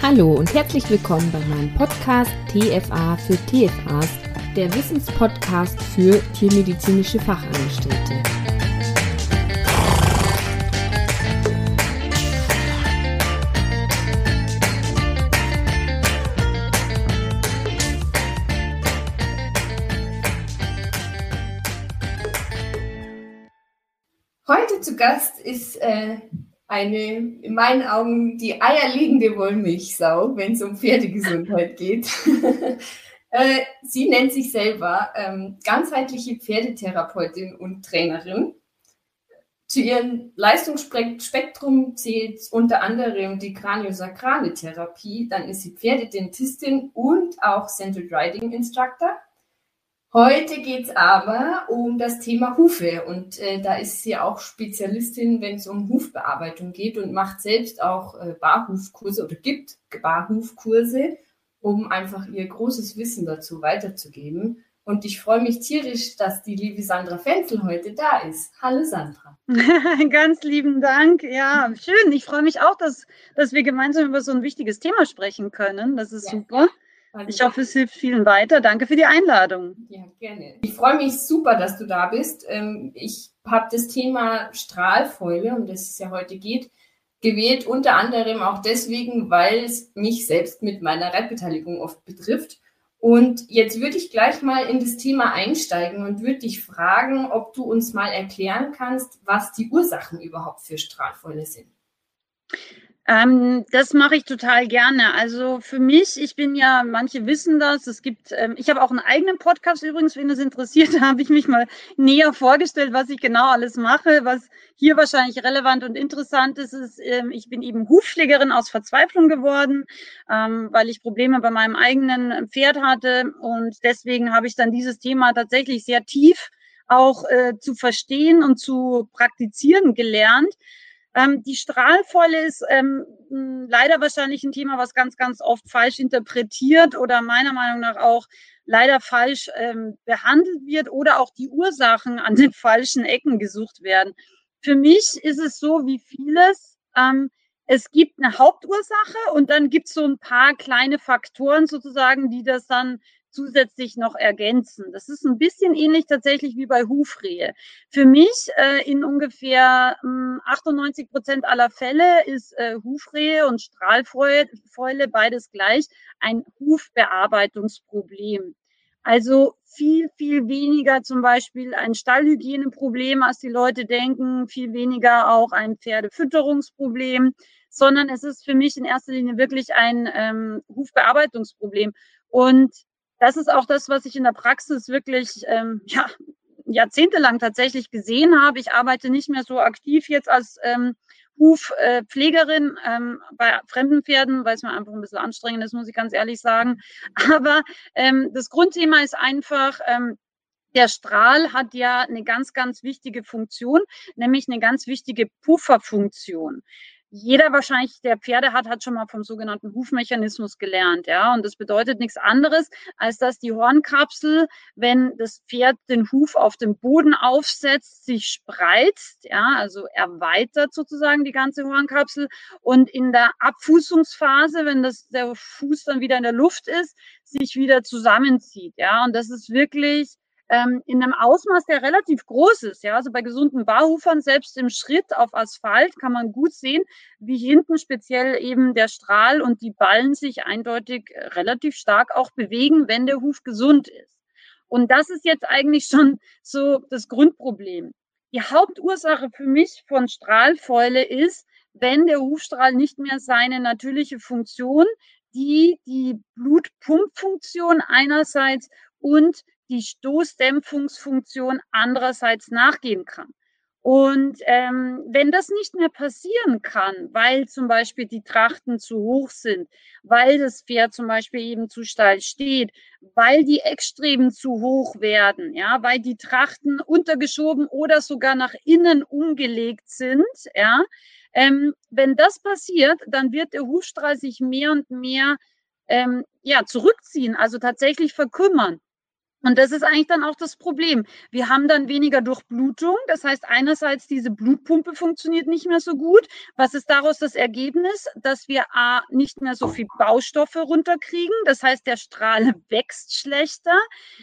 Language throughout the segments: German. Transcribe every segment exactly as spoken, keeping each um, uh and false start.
Hallo und herzlich willkommen bei meinem Podcast T F A für T F As, der Wissenspodcast für tiermedizinische Fachangestellte. Heute zu Gast ist äh, eine, in meinen Augen, die eierlegende Wollmilchsau, wenn es um Pferdegesundheit geht. äh, sie nennt sich selber ähm, ganzheitliche Pferdetherapeutin und Trainerin. Zu ihrem Leistungsspektrum zählt unter anderem die Kraniosakrale Therapie. Dann ist sie Pferdedentistin und auch Central Riding Instructor. Heute geht es aber um das Thema Hufe und äh, da ist sie auch Spezialistin, wenn es um Hufbearbeitung geht und macht selbst auch äh, Barhufkurse oder gibt Barhufkurse, um einfach ihr großes Wissen dazu weiterzugeben. Und ich freue mich tierisch, dass die liebe Sandra Fenzel heute da ist. Hallo Sandra. Ganz lieben Dank. Ja, schön. Ich freue mich auch, dass, dass wir gemeinsam über so ein wichtiges Thema sprechen können. Das ist ja super. Also ich hoffe, es hilft vielen weiter. Danke für die Einladung. Ja, gerne. Ich freue mich super, dass du da bist. Ich habe das Thema Strahlfäule, um das es ja heute geht, gewählt, unter anderem auch deswegen, weil es mich selbst mit meiner Reitbeteiligung oft betrifft. Und jetzt würde ich gleich mal in das Thema einsteigen und würde dich fragen, ob du uns mal erklären kannst, was die Ursachen überhaupt für Strahlfäule sind. Ähm, das mache ich total gerne. Also für mich, ich bin ja, manche wissen das, es gibt, ähm, ich habe auch einen eigenen Podcast übrigens, wenn es interessiert, da habe ich mich mal näher vorgestellt, was ich genau alles mache. Was hier wahrscheinlich relevant und interessant ist, ist, ähm, ich bin eben Hufpflegerin aus Verzweiflung geworden, ähm, weil ich Probleme bei meinem eigenen Pferd hatte und deswegen habe ich dann dieses Thema tatsächlich sehr tief auch äh, zu verstehen und zu praktizieren gelernt. Ähm, die Strahlfäule ist ähm, leider wahrscheinlich ein Thema, was ganz, ganz oft falsch interpretiert oder meiner Meinung nach auch leider falsch ähm, behandelt wird oder auch die Ursachen an den falschen Ecken gesucht werden. Für mich ist es so wie vieles. Ähm, es gibt eine Hauptursache und dann gibt es so ein paar kleine Faktoren sozusagen, die das dann zusätzlich noch ergänzen. Das ist ein bisschen ähnlich tatsächlich wie bei Hufrehe. Für mich äh, in ungefähr äh, achtundneunzig Prozent aller Fälle ist äh, Hufrehe und Strahlfäule beides gleich ein Hufbearbeitungsproblem. Also viel, viel weniger zum Beispiel ein Stallhygieneproblem, als die Leute denken, viel weniger auch ein Pferdefütterungsproblem, sondern es ist für mich in erster Linie wirklich ein ähm, Hufbearbeitungsproblem. Und das ist auch das, was ich in der Praxis wirklich ähm, ja, jahrzehntelang tatsächlich gesehen habe. Ich arbeite nicht mehr so aktiv jetzt als ähm, Hufpflegerin ähm, bei fremden Pferden, weil es mir einfach ein bisschen anstrengend ist, muss ich ganz ehrlich sagen. Aber ähm, das Grundthema ist einfach, ähm, der Strahl hat ja eine ganz, ganz wichtige Funktion, nämlich eine ganz wichtige Pufferfunktion. Jeder wahrscheinlich, der Pferde hat, hat schon mal vom sogenannten Hufmechanismus gelernt, ja. Und das bedeutet nichts anderes, als dass die Hornkapsel, wenn das Pferd den Huf auf dem Boden aufsetzt, sich spreizt, ja, also erweitert sozusagen die ganze Hornkapsel und in der Abfußungsphase, wenn das, der Fuß dann wieder in der Luft ist, sich wieder zusammenzieht, ja. Und das ist wirklich Ähm, in einem Ausmaß, der relativ groß ist. Ja, also bei gesunden Barhufern, selbst im Schritt auf Asphalt, kann man gut sehen, wie hinten speziell eben der Strahl und die Ballen sich eindeutig relativ stark auch bewegen, wenn der Huf gesund ist. Und das ist jetzt eigentlich schon so das Grundproblem. Die Hauptursache für mich von Strahlfäule ist, wenn der Hufstrahl nicht mehr seine natürliche Funktion, die die Blutpumpfunktion einerseits und die Stoßdämpfungsfunktion andererseits nachgehen kann. Und ähm, wenn das nicht mehr passieren kann, weil zum Beispiel die Trachten zu hoch sind, weil das Pferd zum Beispiel eben zu steil steht, weil die Eckstreben zu hoch werden, ja, weil die Trachten untergeschoben oder sogar nach innen umgelegt sind, ja, ähm, wenn das passiert, dann wird der Hufstrahl sich mehr und mehr ähm, ja, zurückziehen, also tatsächlich verkümmern. Und das ist eigentlich dann auch das Problem. Wir haben dann weniger Durchblutung. Das heißt, einerseits diese Blutpumpe funktioniert nicht mehr so gut. Was ist daraus das Ergebnis? Dass wir A, nicht mehr so viel Baustoffe runterkriegen. Das heißt, der Strahl wächst schlechter.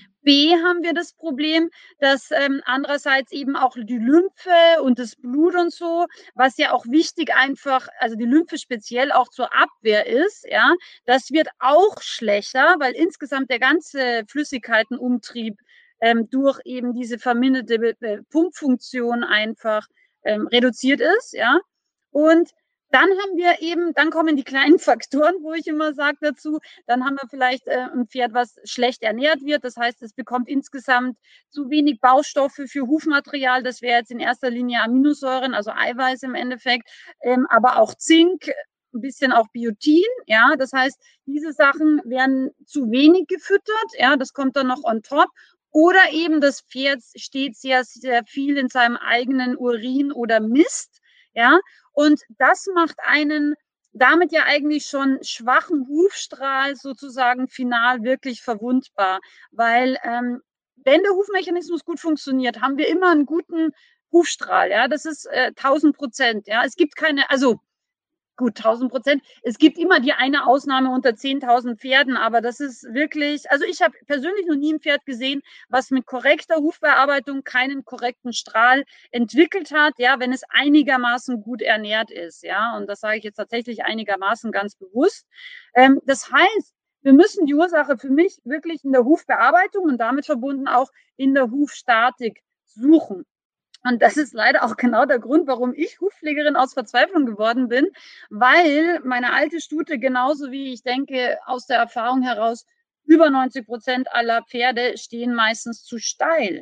B, haben wir das Problem, dass ähm, andererseits eben auch die Lymphe und das Blut und so, was ja auch wichtig einfach, also die Lymphe speziell auch zur Abwehr ist, ja, das wird auch schlechter, weil insgesamt der ganze Flüssigkeitenumtrieb ähm, durch eben diese verminderte äh, Pumpfunktion einfach ähm, reduziert ist, ja. Und dann haben wir eben, dann kommen die kleinen Faktoren, wo ich immer sage dazu, dann haben wir vielleicht äh, ein Pferd, was schlecht ernährt wird. Das heißt, es bekommt insgesamt zu wenig Baustoffe für Hufmaterial. Das wäre jetzt in erster Linie Aminosäuren, also Eiweiß im Endeffekt, ähm, aber auch Zink, ein bisschen auch Biotin. Ja, das heißt, diese Sachen werden zu wenig gefüttert. Ja, das kommt dann noch on top. Oder eben das Pferd steht sehr, sehr viel in seinem eigenen Urin oder Mist. Ja, und das macht einen damit ja eigentlich schon schwachen Hufstrahl sozusagen final wirklich verwundbar. Weil ähm, wenn der Hufmechanismus gut funktioniert, haben wir immer einen guten Hufstrahl. Ja, das ist äh, tausend Prozent. Ja, es gibt keine, also gut, tausend Prozent. Es gibt immer die eine Ausnahme unter zehntausend Pferden, aber das ist wirklich, also ich habe persönlich noch nie ein Pferd gesehen, was mit korrekter Hufbearbeitung keinen korrekten Strahl entwickelt hat, ja, wenn es einigermaßen gut ernährt ist, ja, und das sage ich jetzt tatsächlich einigermaßen ganz bewusst. Ähm, das heißt, wir müssen die Ursache für mich wirklich in der Hufbearbeitung und damit verbunden auch in der Hufstatik suchen. Und das ist leider auch genau der Grund, warum ich Hufpflegerin aus Verzweiflung geworden bin, weil meine alte Stute genauso wie ich denke aus der Erfahrung heraus, über neunzig Prozent aller Pferde stehen meistens zu steil.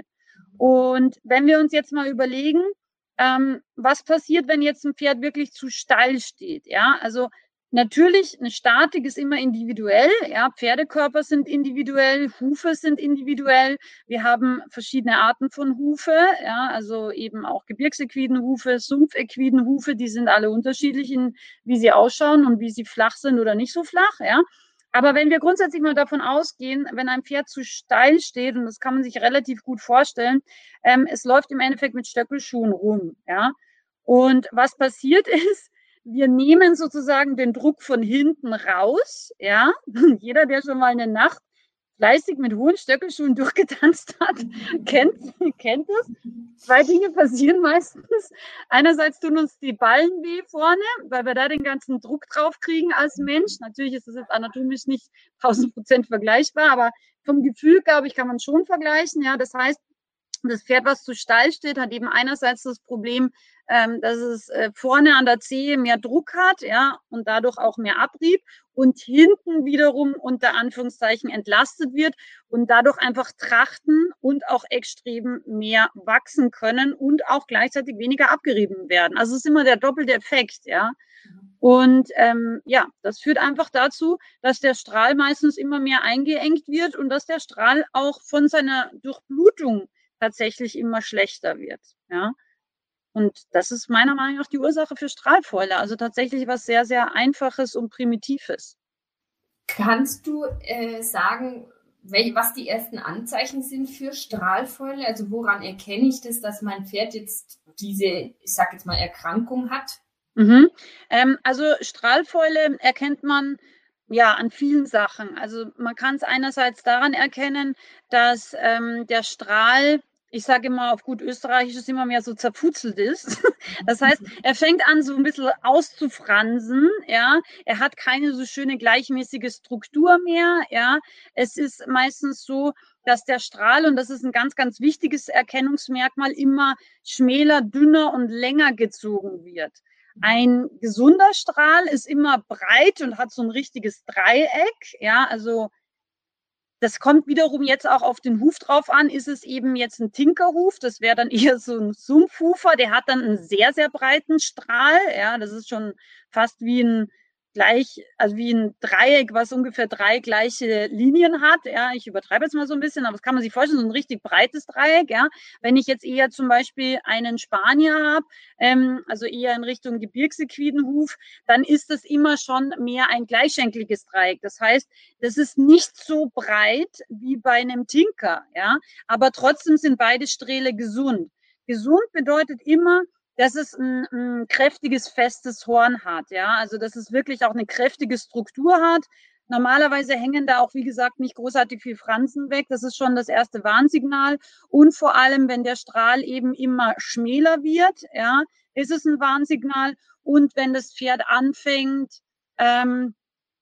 Und wenn wir uns jetzt mal überlegen, ähm, was passiert, wenn jetzt ein Pferd wirklich zu steil steht, ja, also natürlich, eine Statik ist immer individuell, ja, Pferdekörper sind individuell, Hufe sind individuell, wir haben verschiedene Arten von Hufe, ja, also eben auch gebirgsequiden Hufe, sumpfequiden Hufe, die sind alle unterschiedlich, in, wie sie ausschauen und wie sie flach sind oder nicht so flach, ja. Aber wenn wir grundsätzlich mal davon ausgehen, wenn ein Pferd zu steil steht, und das kann man sich relativ gut vorstellen, ähm, es läuft im Endeffekt mit Stöckelschuhen rum, ja. Und was passiert ist, wir nehmen sozusagen den Druck von hinten raus, ja. Jeder, der schon mal eine Nacht fleißig mit hohen Stöckelschuhen durchgetanzt hat, kennt, kennt das. Zwei Dinge passieren meistens. Einerseits tun uns die Ballen weh vorne, weil wir da den ganzen Druck drauf kriegen als Mensch. Natürlich ist das jetzt anatomisch nicht tausend Prozent vergleichbar, aber vom Gefühl, glaube ich, kann man schon vergleichen. Ja, das heißt, das Pferd, was zu steil steht, hat eben einerseits das Problem, ähm, dass es äh, vorne an der Zehe mehr Druck hat, ja, und dadurch auch mehr Abrieb und hinten wiederum unter Anführungszeichen entlastet wird und dadurch einfach Trachten und auch Eckstreben mehr wachsen können und auch gleichzeitig weniger abgerieben werden. Also es ist immer der doppelte Effekt, ja. Und ähm, ja, das führt einfach dazu, dass der Strahl meistens immer mehr eingeengt wird und dass der Strahl auch von seiner Durchblutung tatsächlich immer schlechter wird, ja. Und das ist meiner Meinung nach die Ursache für Strahlfäule. Also tatsächlich was sehr, sehr Einfaches und Primitives. Kannst du äh, sagen, wel, was die ersten Anzeichen sind für Strahlfäule? Also woran erkenne ich das, dass mein Pferd jetzt diese, ich sag jetzt mal, Erkrankung hat? Mhm. Ähm, also Strahlfäule erkennt man ja an vielen Sachen. Also man kann es einerseits daran erkennen, dass ähm, der Strahl, ich sage immer auf gut Österreichisch, ist immer mehr so zerfutzelt ist. Das heißt, er fängt an so ein bisschen auszufransen, ja. Er hat keine so schöne gleichmäßige Struktur mehr, ja. Es ist meistens so, dass der Strahl, und das ist ein ganz, ganz wichtiges Erkennungsmerkmal, immer schmäler, dünner und länger gezogen wird. Ein gesunder Strahl ist immer breit und hat so ein richtiges Dreieck, ja, also das kommt wiederum jetzt auch auf den Huf drauf an. Ist es eben jetzt ein Tinkerhuf? Das wäre dann eher so ein Sumpfhufer. Der hat dann einen sehr, sehr breiten Strahl. Ja, das ist schon fast wie ein, gleich, also wie ein Dreieck, was ungefähr drei gleiche Linien hat. Ja, ich übertreibe jetzt mal so ein bisschen, aber das kann man sich vorstellen, so ein richtig breites Dreieck. Ja, wenn ich jetzt eher zum Beispiel einen Spanier habe, ähm, also eher in Richtung Gebirgsequidenhuf, dann ist das immer schon mehr ein gleichschenkliges Dreieck. Das heißt, das ist nicht so breit wie bei einem Tinker. Ja, aber trotzdem sind beide Strähle gesund. Gesund bedeutet immer, dass es ein, ein kräftiges, festes Horn hat, ja, also dass es wirklich auch eine kräftige Struktur hat. Normalerweise hängen da auch, wie gesagt, nicht großartig viel Fransen weg. Das ist schon das erste Warnsignal. Und vor allem, wenn der Strahl eben immer schmäler wird, ja, ist es ein Warnsignal. Und wenn das Pferd anfängt, ähm,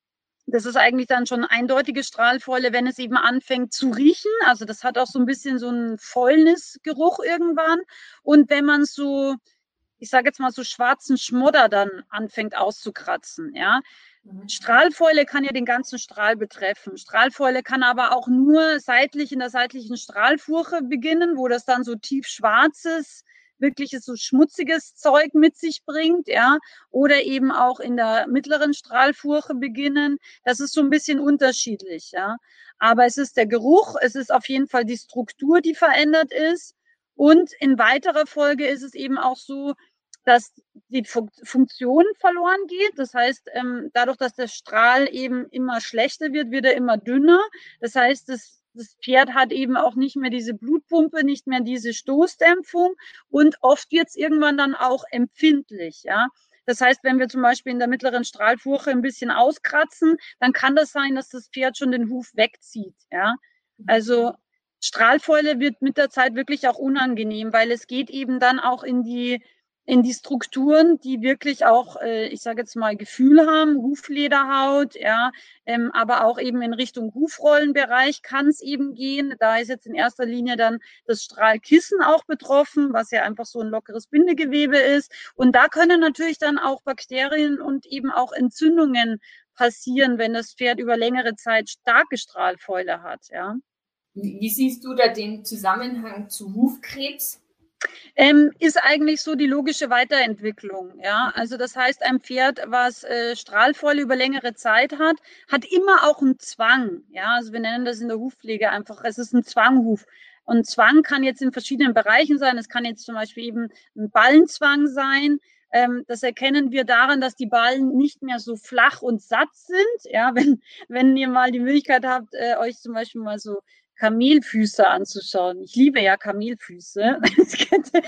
das ist eigentlich dann schon eine eindeutige Strahlfäule, wenn es eben anfängt zu riechen. Also das hat auch so ein bisschen so einen Fäulnisgeruch irgendwann. Und wenn man so, ich sage jetzt mal so schwarzen Schmodder dann anfängt auszukratzen, ja. Mhm. Strahlfäule kann ja den ganzen Strahl betreffen. Strahlfäule kann aber auch nur seitlich in der seitlichen Strahlfurche beginnen, wo das dann so tief schwarzes, wirklich so schmutziges Zeug mit sich bringt, ja, oder eben auch in der mittleren Strahlfurche beginnen. Das ist so ein bisschen unterschiedlich, ja. Aber es ist der Geruch, es ist auf jeden Fall die Struktur, die verändert ist. Und in weiterer Folge ist es eben auch so, dass die Funktion verloren geht. Das heißt, ähm, dadurch, dass der Strahl eben immer schlechter wird, wird er immer dünner. Das heißt, das, das Pferd hat eben auch nicht mehr diese Blutpumpe, nicht mehr diese Stoßdämpfung und oft wird es irgendwann dann auch empfindlich. Ja? Das heißt, wenn wir zum Beispiel in der mittleren Strahlfurche ein bisschen auskratzen, dann kann das sein, dass das Pferd schon den Huf wegzieht. Ja? Also Strahlfäule wird mit der Zeit wirklich auch unangenehm, weil es geht eben dann auch in die in die Strukturen, die wirklich auch, äh, ich sage jetzt mal, Gefühl haben, Huflederhaut, ja, ähm, aber auch eben in Richtung Hufrollenbereich kann es eben gehen. Da ist jetzt in erster Linie dann das Strahlkissen auch betroffen, was ja einfach so ein lockeres Bindegewebe ist. Und da können natürlich dann auch Bakterien und eben auch Entzündungen passieren, wenn das Pferd über längere Zeit starke Strahlfäule hat, ja. Wie siehst du da den Zusammenhang zu Hufkrebs? Ähm, ist eigentlich so die logische Weiterentwicklung. Ja, also das heißt, ein Pferd, was äh, Strahlfäule über längere Zeit hat, hat immer auch einen Zwang. Ja, also wir nennen das in der Hufpflege einfach, es ist ein Zwanghuf. Und Zwang kann jetzt in verschiedenen Bereichen sein. Es kann jetzt zum Beispiel eben ein Ballenzwang sein. Ähm, das erkennen wir daran, dass die Ballen nicht mehr so flach und satt sind. Ja, wenn, wenn ihr mal die Möglichkeit habt, äh, euch zum Beispiel mal so Kamelfüße anzuschauen. Ich liebe ja Kamelfüße. ich finde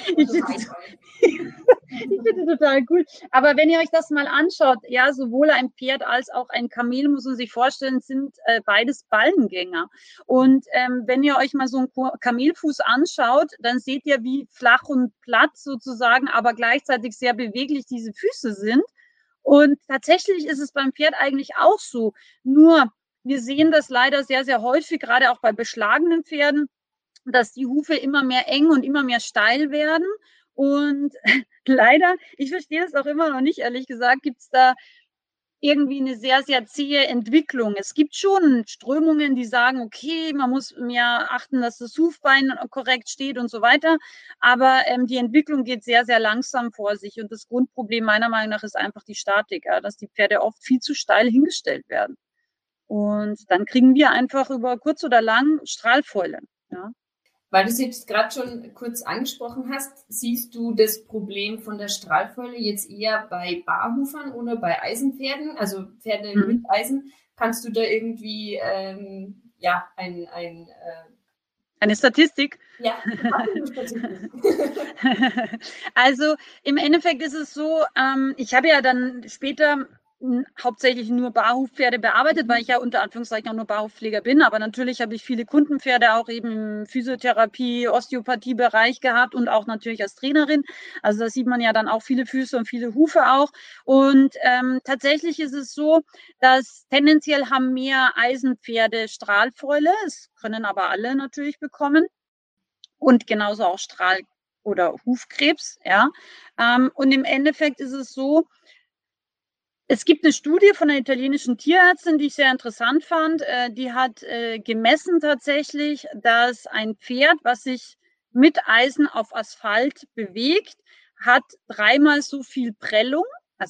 es total cool. Aber wenn ihr euch das mal anschaut, ja, sowohl ein Pferd als auch ein Kamel, muss man sich vorstellen, sind äh, beides Ballengänger. Und ähm, wenn ihr euch mal so einen Kamelfuß anschaut, dann seht ihr, wie flach und platt sozusagen, aber gleichzeitig sehr beweglich diese Füße sind. Und tatsächlich ist es beim Pferd eigentlich auch so. Nur wir sehen das leider sehr, sehr häufig, gerade auch bei beschlagenen Pferden, dass die Hufe immer mehr eng und immer mehr steil werden. Und leider, ich verstehe das auch immer noch nicht, ehrlich gesagt, gibt es da irgendwie eine sehr, sehr zähe Entwicklung. Es gibt schon Strömungen, die sagen, okay, man muss mehr achten, dass das Hufbein korrekt steht und so weiter. Aber ähm, die Entwicklung geht sehr, sehr langsam vor sich. Und das Grundproblem meiner Meinung nach ist einfach die Statik, ja, dass die Pferde oft viel zu steil hingestellt werden. Und dann kriegen wir einfach über kurz oder lang Strahlfäule. Ja. Weil du es jetzt gerade schon kurz angesprochen hast, siehst du das Problem von der Strahlfäule jetzt eher bei Barhufern oder bei Eisenpferden, also Pferde mhm. mit Eisen? Kannst du da irgendwie ähm, ja, ein, ein äh eine Statistik? Ja, eine Statistik. Also im Endeffekt ist es so, ähm, ich habe ja dann später hauptsächlich nur Barhufpferde bearbeitet, weil ich ja unter Anführungszeichen auch nur Barhufpfleger bin. Aber natürlich habe ich viele Kundenpferde auch eben im Physiotherapie, Osteopathie-Bereich gehabt und auch natürlich als Trainerin. Also da sieht man ja dann auch viele Füße und viele Hufe auch. Und ähm, tatsächlich ist es so, dass tendenziell haben mehr Eisenpferde Strahlfäule. Es können aber alle natürlich bekommen. Und genauso auch Strahl- oder Hufkrebs. Ja. Ähm, und im Endeffekt ist es so, es gibt eine Studie von einer italienischen Tierärztin, die ich sehr interessant fand. Die hat gemessen tatsächlich, dass ein Pferd, was sich mit Eisen auf Asphalt bewegt, hat dreimal so viel Prellung. Also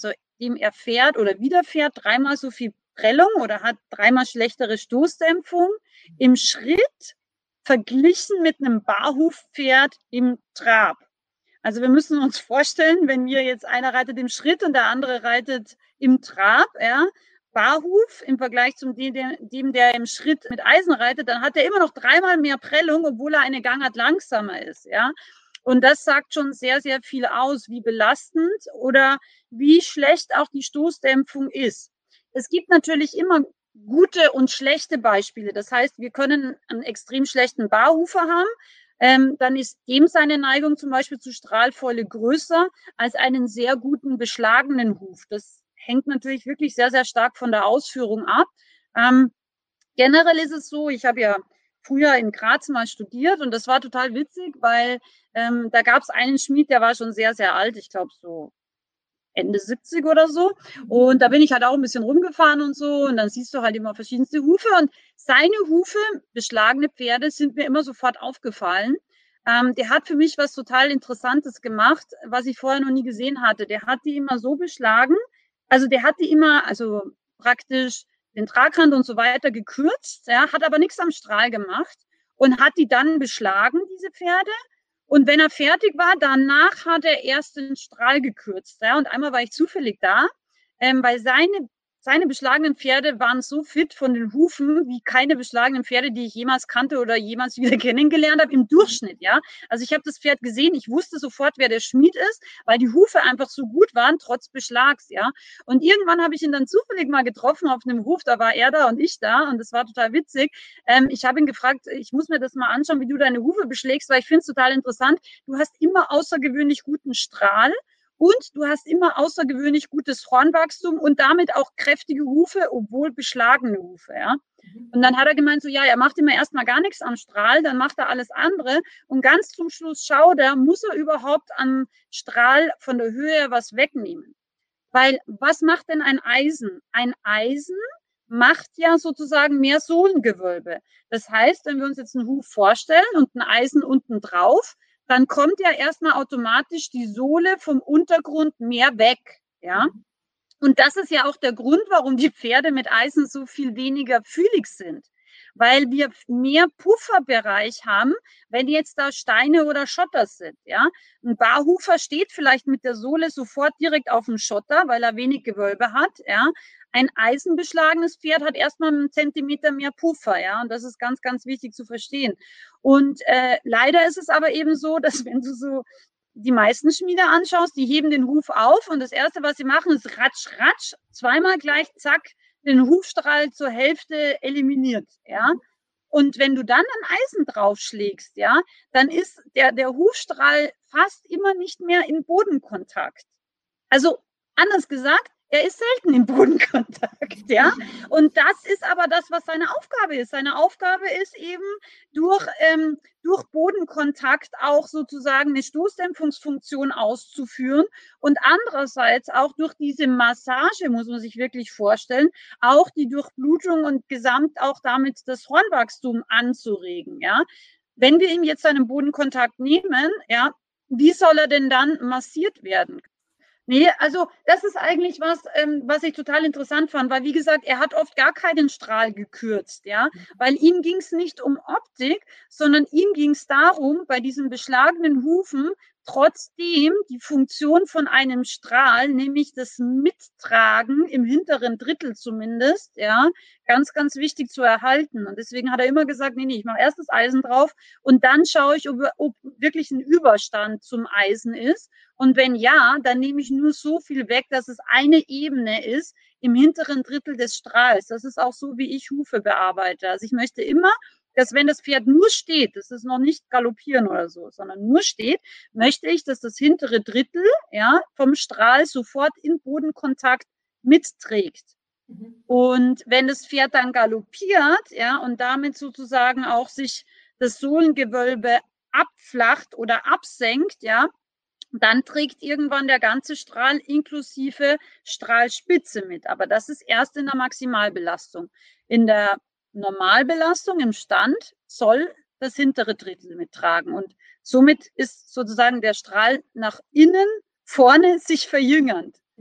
dem er fährt oder wieder fährt, dreimal so viel Prellung oder hat dreimal schlechtere Stoßdämpfung im Schritt verglichen mit einem Barhufpferd im Trab. Also wir müssen uns vorstellen, wenn wir jetzt einer reitet im Schritt und der andere reitet im Trab, ja, Barhuf im Vergleich zu dem, dem, der im Schritt mit Eisen reitet, dann hat er immer noch dreimal mehr Prellung, obwohl er eine Gangart langsamer ist, ja. Und das sagt schon sehr, sehr viel aus, wie belastend oder wie schlecht auch die Stoßdämpfung ist. Es gibt natürlich immer gute und schlechte Beispiele. Das heißt, wir können einen extrem schlechten Barhufer haben, ähm, dann ist dem seine Neigung zum Beispiel zu Strahlfäule größer als einen sehr guten beschlagenen Huf. Das hängt natürlich wirklich sehr, sehr stark von der Ausführung ab. Ähm, generell ist es so, ich habe ja früher in Graz mal studiert und das war total witzig, weil ähm, da gab es einen Schmied, der war schon sehr, sehr alt, ich glaube so Ende siebzig oder so. Und da bin ich halt auch ein bisschen rumgefahren und so. Und dann siehst du halt immer verschiedenste Hufe. Und seine Hufe, beschlagene Pferde, sind mir immer sofort aufgefallen. Ähm, der hat für mich was total Interessantes gemacht, was ich vorher noch nie gesehen hatte. Der hat die immer so beschlagen. Also der hat die immer, also praktisch den Tragrand und so weiter gekürzt, ja, hat aber nichts am Strahl gemacht und hat die dann beschlagen, diese Pferde. Und wenn er fertig war, danach hat er erst den Strahl gekürzt. Ja? Und einmal war ich zufällig da, ähm, weil seine, seine beschlagenen Pferde waren so fit von den Hufen wie keine beschlagenen Pferde, die ich jemals kannte oder jemals wieder kennengelernt habe, im Durchschnitt. Ja? Also ich habe das Pferd gesehen, ich wusste sofort, wer der Schmied ist, weil die Hufe einfach so gut waren, trotz Beschlags. Ja? Und irgendwann habe ich ihn dann zufällig mal getroffen auf einem Hof, da war er da und ich da und das war total witzig. Ähm, ich habe ihn gefragt, ich muss mir das mal anschauen, wie du deine Hufe beschlägst, weil ich finde es total interessant. Du hast immer außergewöhnlich guten Strahl und du hast immer außergewöhnlich gutes Hornwachstum und damit auch kräftige Hufe, obwohl beschlagene Hufe. Ja? Und dann hat er gemeint, so ja, er macht immer erstmal gar nichts am Strahl, dann macht er alles andere und ganz zum Schluss schaut er, muss er überhaupt am Strahl von der Höhe was wegnehmen. Weil was macht denn ein Eisen? Ein Eisen macht ja sozusagen mehr Sohlengewölbe. Das heißt, wenn wir uns jetzt einen Huf vorstellen und ein Eisen unten drauf, dann kommt ja erstmal automatisch die Sohle vom Untergrund mehr weg, ja. Und das ist ja auch der Grund, warum die Pferde mit Eisen so viel weniger fühlig sind. Weil wir mehr Pufferbereich haben, wenn jetzt da Steine oder Schotter sind, ja. Ein Barhufer steht vielleicht mit der Sohle sofort direkt auf dem Schotter, weil er wenig Gewölbe hat, ja. Ein eisenbeschlagenes Pferd hat erstmal einen Zentimeter mehr Puffer, ja, und das ist ganz, ganz wichtig zu verstehen. Und äh, leider ist es aber eben so, dass wenn du so die meisten Schmiede anschaust, die heben den Huf auf und das Erste, was sie machen, ist ratsch, ratsch, zweimal gleich, zack, den Hufstrahl zur Hälfte eliminiert, ja. Und wenn du dann ein Eisen draufschlägst, ja, dann ist der, der Hufstrahl fast immer nicht mehr in Bodenkontakt. Also anders gesagt, er ist selten im Bodenkontakt, ja. Und das ist aber das, was seine Aufgabe ist. Seine Aufgabe ist eben durch, ähm, durch Bodenkontakt auch sozusagen eine Stoßdämpfungsfunktion auszuführen und andererseits auch durch diese Massage, muss man sich wirklich vorstellen, auch die Durchblutung und gesamt auch damit das Hornwachstum anzuregen, ja. Wenn wir ihm jetzt einen Bodenkontakt nehmen, ja, wie soll er denn dann massiert werden? Nee, also das ist eigentlich was, ähm, was ich total interessant fand, weil wie gesagt, er hat oft gar keinen Strahl gekürzt, ja, weil ihm ging es nicht um Optik, sondern ihm ging es darum, bei diesen beschlagenen Hufen trotzdem die Funktion von einem Strahl, nämlich das Mittragen im hinteren Drittel zumindest, ja, ganz, ganz wichtig zu erhalten. Und deswegen hat er immer gesagt, nee, nee, ich mache erst das Eisen drauf und dann schaue ich, ob, ob wirklich ein Überstand zum Eisen ist. Und wenn ja, dann nehme ich nur so viel weg, dass es eine Ebene ist im hinteren Drittel des Strahls. Das ist auch so, wie ich Hufe bearbeite. Also ich möchte immer, dass wenn das Pferd nur steht, das ist noch nicht galoppieren oder so, sondern nur steht, möchte ich, dass das hintere Drittel, ja, vom Strahl sofort in Bodenkontakt mitträgt. Mhm. Und wenn das Pferd dann galoppiert, ja, und damit sozusagen auch sich das Sohlengewölbe abflacht oder absenkt, ja, dann trägt irgendwann der ganze Strahl inklusive Strahlspitze mit. Aber das ist erst in der Maximalbelastung. In der Normalbelastung im Stand soll das hintere Drittel mittragen. Und somit ist sozusagen der Strahl nach innen, vorne sich verjüngernd.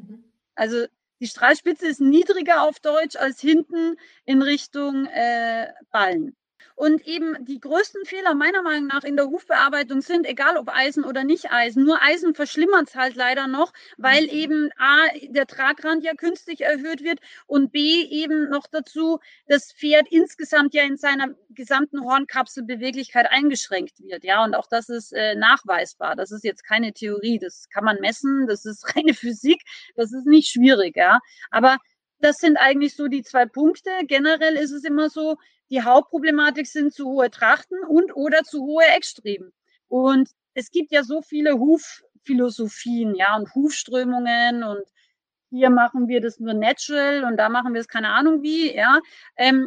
Also die Strahlspitze ist niedriger auf Deutsch als hinten in Richtung äh, Ballen. Und eben die größten Fehler meiner Meinung nach in der Hufbearbeitung sind, egal ob Eisen oder nicht Eisen, nur Eisen verschlimmert es halt leider noch, weil eben A, der Tragrand ja künstlich erhöht wird und B, eben noch dazu das Pferd insgesamt ja in seiner gesamten Hornkapselbeweglichkeit eingeschränkt wird. Ja, und auch das ist äh, nachweisbar. Das ist jetzt keine Theorie, das kann man messen, das ist reine Physik, das ist nicht schwierig. Ja, aber das sind eigentlich so die zwei Punkte. Generell ist es immer so, die Hauptproblematik sind zu hohe Trachten und oder zu hohe Eckstreben. Und es gibt ja so viele Hufphilosophien, ja, und Hufströmungen und hier machen wir das nur natural und da machen wir es keine Ahnung wie, ja. Ähm,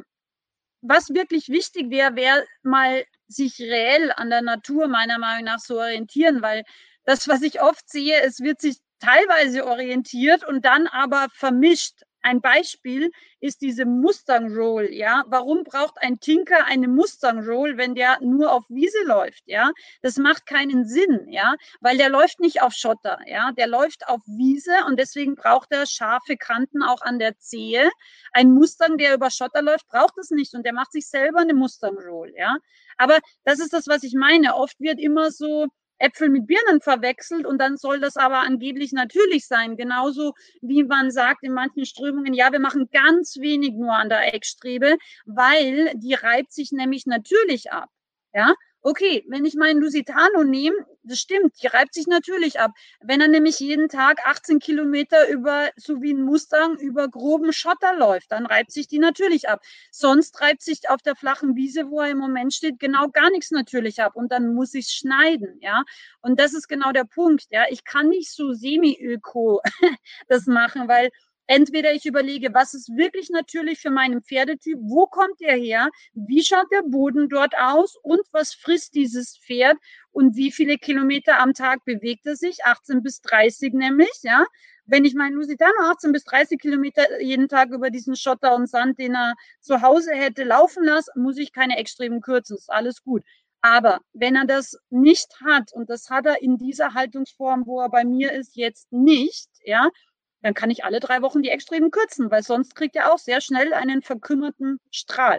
was wirklich wichtig wäre, wäre mal sich reell an der Natur meiner Meinung nach zu orientieren, weil das, was ich oft sehe, es wird sich teilweise orientiert und dann aber vermischt. Ein Beispiel ist diese Mustang Roll, ja. Warum braucht ein Tinker eine Mustang Roll, wenn der nur auf Wiese läuft, ja? Das macht keinen Sinn, ja, weil der läuft nicht auf Schotter, ja. Der läuft auf Wiese und deswegen braucht er scharfe Kanten auch an der Zehe. Ein Mustang, der über Schotter läuft, braucht es nicht und der macht sich selber eine Mustang Roll, ja. Aber das ist das, was ich meine. Oft wird immer so Äpfel mit Birnen verwechselt und dann soll das aber angeblich natürlich sein. Genauso wie man sagt in manchen Strömungen, ja, wir machen ganz wenig nur an der Eckstrebe, weil die reibt sich nämlich natürlich ab. Ja, okay, wenn ich meinen Lusitano nehme, das stimmt, die reibt sich natürlich ab. Wenn er nämlich jeden Tag achtzehn Kilometer über, so wie ein Mustang, über groben Schotter läuft, dann reibt sich die natürlich ab. Sonst reibt sich auf der flachen Wiese, wo er im Moment steht, genau gar nichts natürlich ab und dann muss ich schneiden, ja. Und das ist genau der Punkt, ja. Ich kann nicht so semi-öko das machen, weil entweder ich überlege, was ist wirklich natürlich für meinen Pferdetyp, wo kommt der her, wie schaut der Boden dort aus und was frisst dieses Pferd und wie viele Kilometer am Tag bewegt er sich, achtzehn bis dreißig nämlich, ja. Wenn ich meinen Lusitano achtzehn bis dreißig Kilometer jeden Tag über diesen Schotter und Sand, den er zu Hause hätte, laufen lassen, muss ich keine Eckstreben kürzen, ist alles gut. Aber wenn er das nicht hat, und das hat er in dieser Haltungsform, wo er bei mir ist, jetzt nicht, ja, dann kann ich alle drei Wochen die Eckstreben kürzen, weil sonst kriegt er auch sehr schnell einen verkümmerten Strahl.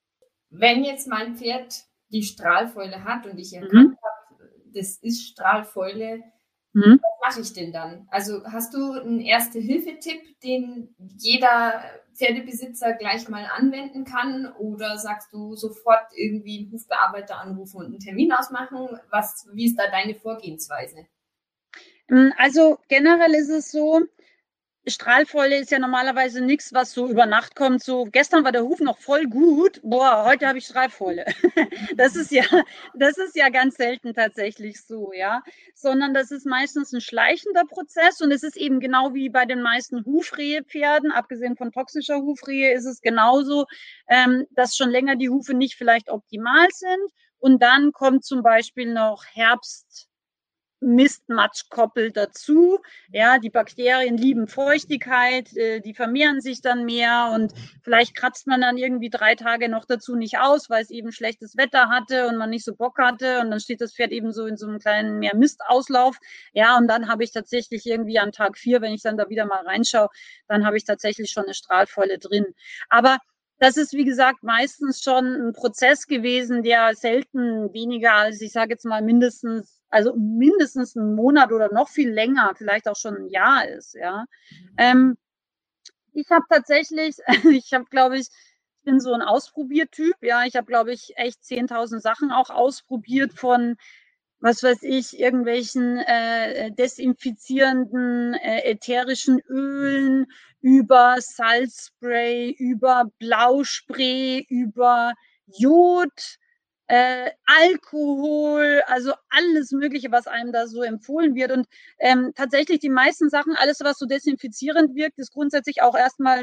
Wenn jetzt mein Pferd die Strahlfäule hat und ich erkannt mhm. habe, das ist Strahlfäule, mhm. was mache ich denn dann? Also hast du einen Erste-Hilfe-Tipp, den jeder Pferdebesitzer gleich mal anwenden kann? Oder sagst du sofort irgendwie einen Hufbearbeiter anrufen und einen Termin ausmachen? Was, wie ist da deine Vorgehensweise? Also generell ist es so, Strahlfäule ist ja normalerweise nichts, was so über Nacht kommt. So, gestern war der Huf noch voll gut. Boah, heute habe ich Strahlfäule. Das ist ja, das ist ja ganz selten tatsächlich so, ja. Sondern das ist meistens ein schleichender Prozess und es ist eben genau wie bei den meisten Hufrehepferden, abgesehen von toxischer Hufrehe, ist es genauso, ähm, dass schon länger die Hufe nicht vielleicht optimal sind. Und dann kommt zum Beispiel noch Herbst, Mistmatschkoppel dazu. Ja, die Bakterien lieben Feuchtigkeit, äh, die vermehren sich dann mehr und vielleicht kratzt man dann irgendwie drei Tage noch dazu nicht aus, weil es eben schlechtes Wetter hatte und man nicht so Bock hatte und dann steht das Pferd eben so in so einem kleinen mehr Mistauslauf. Ja, und dann habe ich tatsächlich irgendwie an Tag vier, wenn ich dann da wieder mal reinschaue, dann habe ich tatsächlich schon eine Strahlfäule drin. Aber das ist, wie gesagt, meistens schon ein Prozess gewesen, der selten weniger als, ich sage jetzt mal, mindestens also mindestens einen Monat oder noch viel länger, vielleicht auch schon ein Jahr ist, ja. Ähm, ich habe tatsächlich, ich habe, glaube ich, ich bin so ein Ausprobiertyp, ja. Ich habe, glaube ich, echt zehntausend Sachen auch ausprobiert von, was weiß ich, irgendwelchen äh, desinfizierenden äh, ätherischen Ölen über Salzspray, über Blauspray, über Jod, Äh, Alkohol, also alles Mögliche, was einem da so empfohlen wird. Und ähm, tatsächlich die meisten Sachen, alles, was so desinfizierend wirkt, ist grundsätzlich auch erstmal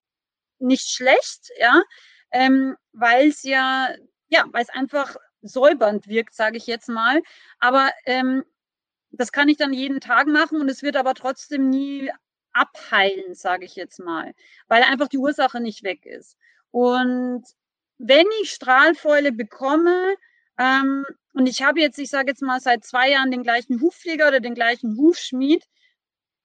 nicht schlecht, ja, ähm, weil es ja, ja, weil es einfach säubernd wirkt, sage ich jetzt mal. Aber ähm, das kann ich dann jeden Tag machen und es wird aber trotzdem nie abheilen, sage ich jetzt mal, weil einfach die Ursache nicht weg ist. Und wenn ich Strahlfäule bekomme, ähm, und ich habe jetzt, ich sage jetzt mal, seit zwei Jahren den gleichen Hufpfleger oder den gleichen Hufschmied,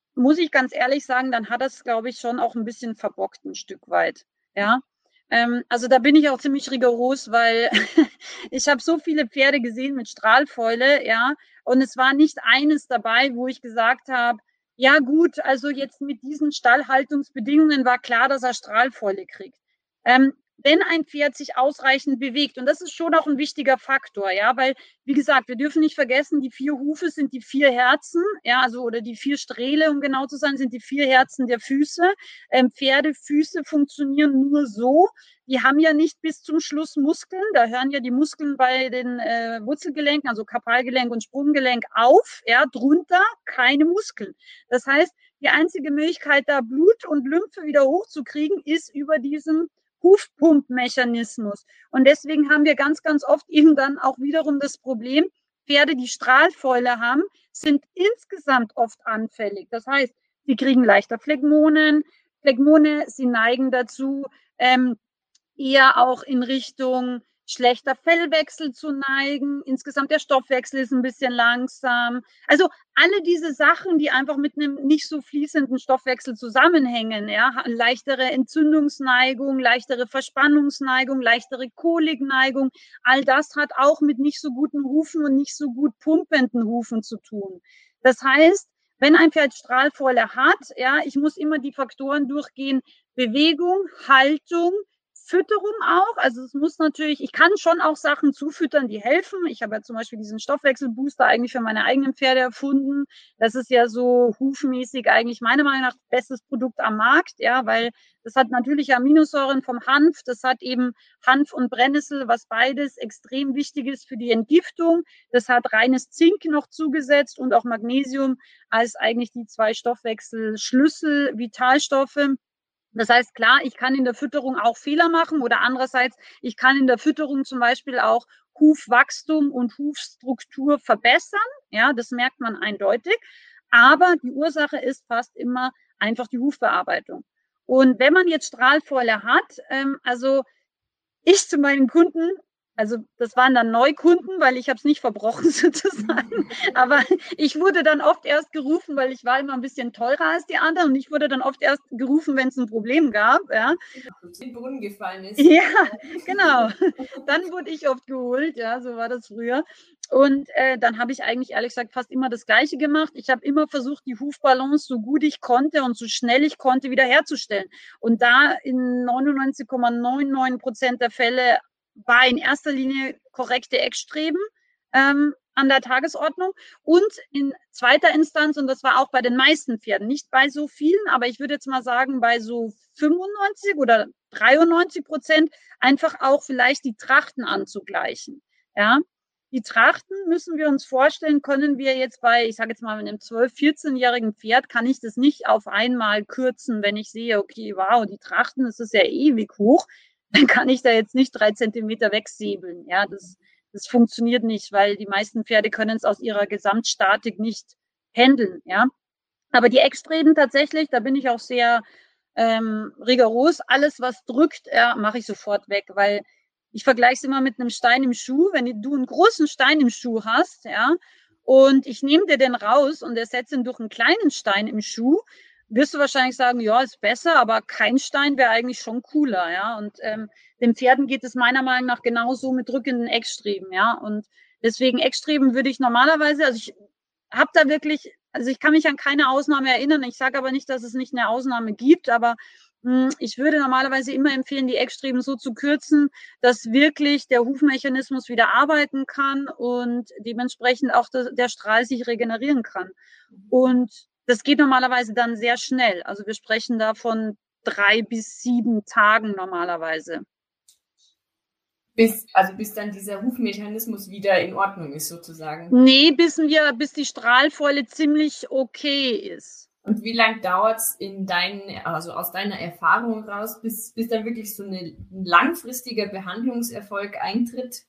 muss ich ganz ehrlich sagen, dann hat das, glaube ich, schon auch ein bisschen verbockt, ein Stück weit. Ja. Ähm, also da bin ich auch ziemlich rigoros, weil ich habe so viele Pferde gesehen mit Strahlfäule, ja, und es war nicht eines dabei, wo ich gesagt habe, ja gut, also jetzt mit diesen Stallhaltungsbedingungen war klar, dass er Strahlfäule kriegt. Ähm, wenn ein Pferd sich ausreichend bewegt, und das ist schon auch ein wichtiger Faktor, ja, weil, wie gesagt, wir dürfen nicht vergessen, die vier Hufe sind die vier Herzen, ja, also, oder die vier Strähle, um genau zu sein, sind die vier Herzen der Füße. Ähm, Pferdefüße funktionieren nur so, die haben ja nicht bis zum Schluss Muskeln, da hören ja die Muskeln bei den äh, Wurzelgelenken, also Karpalgelenk und Sprunggelenk auf, ja, drunter keine Muskeln. Das heißt, die einzige Möglichkeit, da Blut und Lymphe wieder hochzukriegen, ist über diesen Hufpumpmechanismus. Und deswegen haben wir ganz, ganz oft eben dann auch wiederum das Problem, Pferde, die Strahlfäule haben, sind insgesamt oft anfällig. Das heißt, sie kriegen leichter Phlegmonen. Phlegmone, sie neigen dazu, ähm, eher auch in Richtung schlechter Fellwechsel zu neigen. Insgesamt der Stoffwechsel ist ein bisschen langsam. Also alle diese Sachen, die einfach mit einem nicht so fließenden Stoffwechsel zusammenhängen, ja, leichtere Entzündungsneigung, leichtere Verspannungsneigung, leichtere Kolikneigung, all das hat auch mit nicht so guten Hufen und nicht so gut pumpenden Hufen zu tun. Das heißt, wenn ein Pferd Strahlfäule hat, ja, ich muss immer die Faktoren durchgehen: Bewegung, Haltung, Fütterung auch. Also es muss natürlich, ich kann schon auch Sachen zufüttern, die helfen. Ich habe ja zum Beispiel diesen Stoffwechselbooster eigentlich für meine eigenen Pferde erfunden. Das ist ja so hufmäßig eigentlich meiner Meinung nach bestes Produkt am Markt, ja, weil das hat natürlich Aminosäuren vom Hanf. Das hat eben Hanf und Brennnessel, was beides extrem wichtig ist für die Entgiftung. Das hat reines Zink noch zugesetzt und auch Magnesium als eigentlich die zwei Stoffwechselschlüssel, Vitalstoffe. Das heißt, klar, ich kann in der Fütterung auch Fehler machen oder andererseits, ich kann in der Fütterung zum Beispiel auch Hufwachstum und Hufstruktur verbessern. Ja, das merkt man eindeutig. Aber die Ursache ist fast immer einfach die Hufbearbeitung. Und wenn man jetzt Strahlfäule hat, ähm, also ich zu meinen Kunden, also das waren dann Neukunden, weil ich habe es nicht verbrochen sozusagen, aber ich wurde dann oft erst gerufen, weil ich war immer ein bisschen teurer als die anderen und ich wurde dann oft erst gerufen, wenn es ein Problem gab. Ja. In den Brunnen gefallen ist. Ja, genau. Dann wurde ich oft geholt, ja, so war das früher. Und äh, dann habe ich eigentlich ehrlich gesagt fast immer das Gleiche gemacht. Ich habe immer versucht, die Hufbalance so gut ich konnte und so schnell ich konnte wiederherzustellen. Und da in neunundneunzig Komma neunundneunzig Prozent der Fälle war in erster Linie korrekte Eckstreben ähm, an der Tagesordnung und in zweiter Instanz, und das war auch bei den meisten Pferden, nicht bei so vielen, aber ich würde jetzt mal sagen, bei so fünfundneunzig oder dreiundneunzig Prozent einfach auch vielleicht die Trachten anzugleichen. Ja, die Trachten müssen wir uns vorstellen, können wir jetzt bei, ich sage jetzt mal, mit einem zwölf-, vierzehnjährigen Pferd kann ich das nicht auf einmal kürzen, wenn ich sehe, okay, wow, die Trachten, das ist ja ewig hoch, dann kann ich da jetzt nicht drei Zentimeter wegsäbeln. Ja, das, das funktioniert nicht, weil die meisten Pferde können es aus ihrer Gesamtstatik nicht handeln. Ja, aber die Eckstreben tatsächlich, da bin ich auch sehr ähm, rigoros. Alles, was drückt, ja, mache ich sofort weg, weil ich vergleiche es immer mit einem Stein im Schuh. Wenn du einen großen Stein im Schuh hast, ja, und ich nehme dir den raus und ersetze ihn durch einen kleinen Stein im Schuh, wirst du wahrscheinlich sagen, ja, ist besser, aber kein Stein wäre eigentlich schon cooler, ja. Und ähm, den Pferden geht es meiner Meinung nach genauso mit drückenden Eckstreben, ja. Und deswegen Eckstreben würde ich normalerweise, also ich habe da wirklich, also ich kann mich an keine Ausnahme erinnern. Ich sage aber nicht, dass es nicht eine Ausnahme gibt, aber mh, ich würde normalerweise immer empfehlen, die Eckstreben so zu kürzen, dass wirklich der Hufmechanismus wieder arbeiten kann und dementsprechend auch der, der Strahl sich regenerieren kann. Und das geht normalerweise dann sehr schnell. Also wir sprechen da von drei bis sieben Tagen normalerweise. Bis, also bis dann dieser Hufmechanismus wieder in Ordnung ist, sozusagen. Nee, bis wir, bis die Strahlfäule ziemlich okay ist. Und wie lange dauert es in deinen, also aus deiner Erfahrung raus, bis, bis dann wirklich so eine, ein langfristiger Behandlungserfolg eintritt?